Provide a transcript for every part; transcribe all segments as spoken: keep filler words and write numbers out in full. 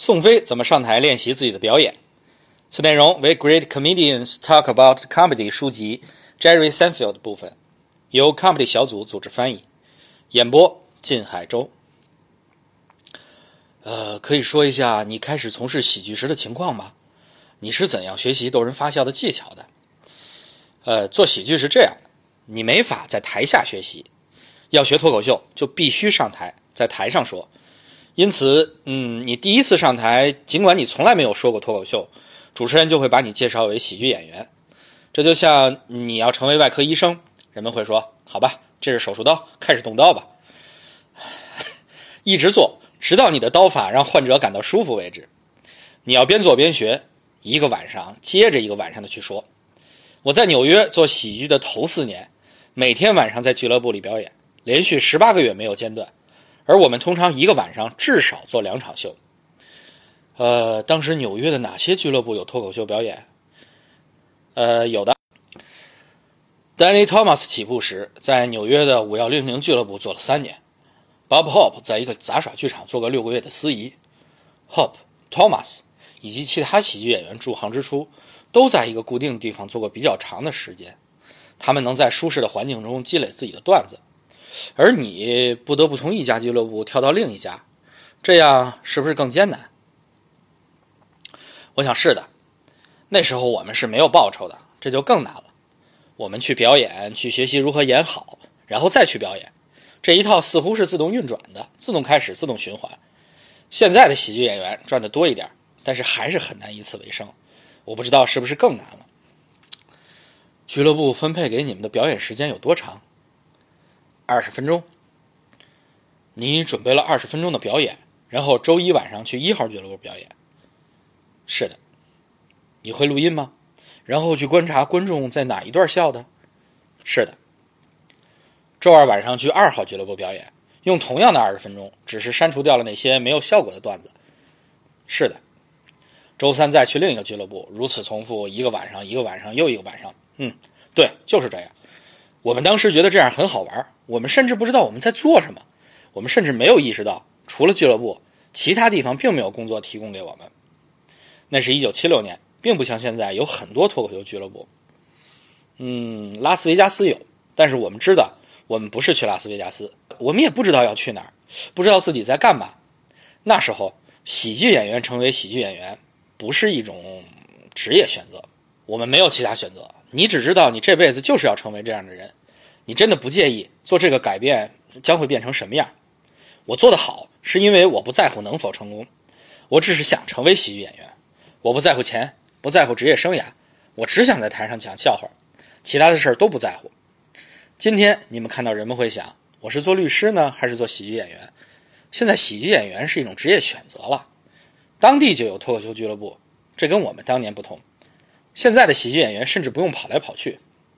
宋飞怎么上台练习自己的表演？此内容为 Great Comedians Talk About Comedy 书籍 Jerry Seinfeld 部分，由 Comedy 小组组织翻译，演播靳海洲。呃，可以说一下你开始从事喜剧时的情况吗？你是怎样学习逗人发笑的技巧的？呃，做喜剧是这样的，你没法在台下学习，要学脱口秀就必须上台，在台上说。因此，嗯，你第一次上台，尽管你从来没有说过脱口秀，主持人就会把你介绍为喜剧演员。这就像你要成为外科医生，人们会说，好吧，这是手术刀，开始动刀吧。一直做，直到你的刀法让患者感到舒服为止。你要边做边学，一个晚上接着一个晚上的去说。我在纽约做喜剧的头四年，每天晚上在俱乐部里表演，连续十八个月没有间断。而我们通常一个晚上至少做两场秀。呃，当时纽约的哪些俱乐部有脱口秀表演？呃，有的。Danny Thomas 起步时，在纽约的五一零零俱乐部做了三年。Bob Hope 在一个杂耍剧场做过六个月的司仪。Hope、Thomas 以及其他喜剧演员入行之初，都在一个固定的地方做过比较长的时间。他们能在舒适的环境中积累自己的段子。而你不得不从一家俱乐部跳到另一家，这样是不是更艰难？我想是的。那时候我们是没有报酬的，这就更难了。我们去表演，去学习如何演好，然后再去表演。这一套似乎是自动运转的，自动开始，自动循环。现在的喜剧演员赚得多一点，但是还是很难以此为生。我不知道是不是更难了。俱乐部分配给你们的表演时间有多长？二十分钟。你准备了二十分钟的表演，然后周一晚上去一号俱乐部表演。是的。你会录音吗？然后去观察观众在哪一段笑的？是的。周二晚上去二号俱乐部表演，用同样的二十分钟，只是删除掉了那些没有效果的段子。是的。周三再去另一个俱乐部，如此重复，一个晚上一个晚上又一个晚上。嗯，对，就是这样。我们当时觉得这样很好玩，我们甚至不知道我们在做什么，我们甚至没有意识到，除了俱乐部，其他地方并没有工作提供给我们。那是一九七六年，并不像现在有很多脱口秀俱乐部。嗯，拉斯维加斯有，但是我们知道，我们不是去拉斯维加斯，我们也不知道要去哪儿，不知道自己在干嘛。那时候，喜剧演员成为喜剧演员，不是一种职业选择，我们没有其他选择。你只知道你这辈子就是要成为这样的人，你真的不介意做这个改变将会变成什么样。我做得好是因为我不在乎能否成功，我只是想成为喜剧演员。我不在乎钱，不在乎职业生涯，我只想在台上讲笑话，其他的事儿都不在乎。今天你们看到人们会想，我是做律师呢还是做喜剧演员？现在喜剧演员是一种职业选择了，当地就有脱口秀俱乐部，这跟我们当年不同。现在的喜剧演员甚至不用跑来跑去。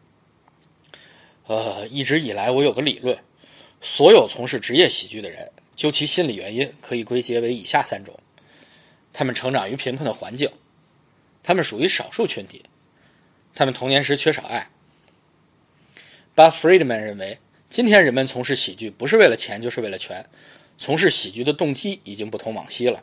呃，一直以来我有个理论，所有从事职业喜剧的人，究其心理原因，可以归结为以下三种：他们成长于贫困的环境，他们属于少数群体，他们童年时缺少爱。Buff Friedman 认为，今天人们从事喜剧不是为了钱，就是为了权，从事喜剧的动机已经不同往昔了。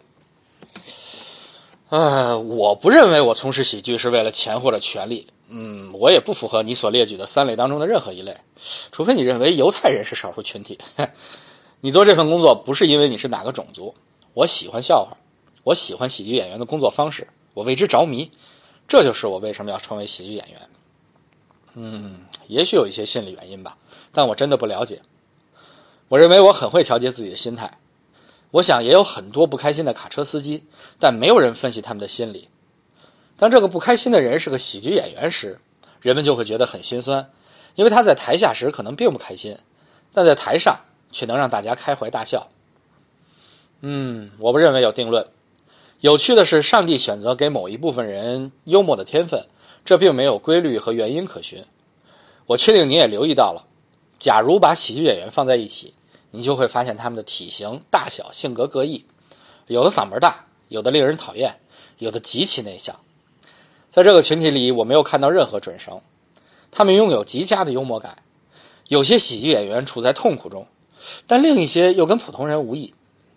呃，我不认为我从事喜剧是为了钱或者权利。嗯，我也不符合你所列举的三类当中的任何一类，除非你认为犹太人是少数群体。你做这份工作不是因为你是哪个种族。我喜欢笑话，我喜欢喜剧演员的工作方式，我为之着迷，这就是我为什么要成为喜剧演员。嗯，也许有一些心理原因吧，但我真的不了解。我认为我很会调节自己的心态。我想也有很多不开心的卡车司机，但没有人分析他们的心理。当这个不开心的人是个喜剧演员时，人们就会觉得很心酸，因为他在台下时可能并不开心，但在台上却能让大家开怀大笑。嗯，我不认为有定论。有趣的是，上帝选择给某一部分人幽默的天分，这并没有规律和原因可循。我确定你也留意到了，假如把喜剧演员放在一起，你就会发现他们的体型、大小、性格各异，有的嗓门大，有的令人讨厌，有的极其内向。在这个群体里，我没有看到任何准绳，他们拥有极佳的幽默感。有些喜剧演员处在痛苦中，但另一些又跟普通人无异。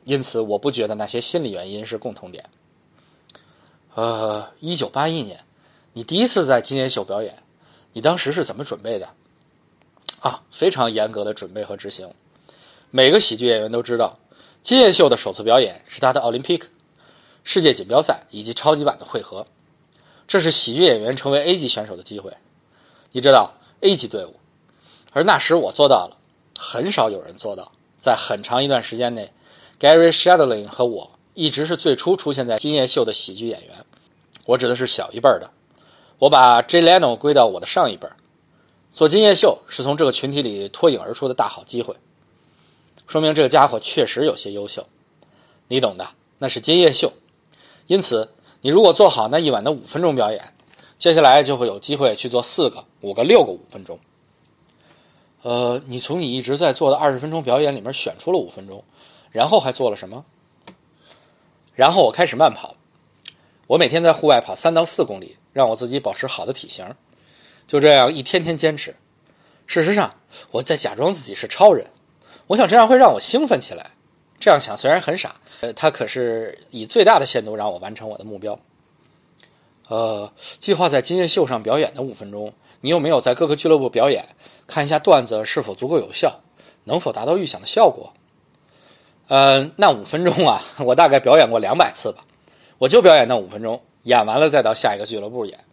因此我不觉得那些心理原因是共同点。呃，一九八一年，你第一次在金夜秀表演，你当时是怎么准备的？啊，非常严格的准备和执行。每个喜剧演员都知道，金夜秀的首次表演是他的奥林匹克、世界锦标赛以及超级碗的汇合，这是喜剧演员成为 A 级选手的机会。你知道 A 级队伍，而那时我做到了，很少有人做到。在很长一段时间内 ，Gary Shandling 和我一直是最初出现在金夜秀的喜剧演员。我指的是小一辈的，我把 Jay Leno 归到我的上一辈。做金夜秀是从这个群体里脱颖而出的大好机会，说明这个家伙确实有些优秀。你懂的，那是金夜秀。因此，你如果做好那一晚的五分钟表演，接下来就会有机会去做四个、五个、六个五分钟。呃，你从你一直在做的二十分钟表演里面选出了五分钟，然后还做了什么？然后我开始慢跑。我每天在户外跑三到四公里，让我自己保持好的体型。就这样一天天坚持。事实上，我在假装自己是超人。我想这样会让我兴奋起来。这样想虽然很傻，呃，它可是以最大的限度让我完成我的目标。呃，计划在金夜秀上表演的五分钟，你有没有在各个俱乐部表演，看一下段子是否足够有效，能否达到预想的效果？呃，那五分钟啊，我大概表演过两百次吧。我就表演那五分钟，演完了再到下一个俱乐部演。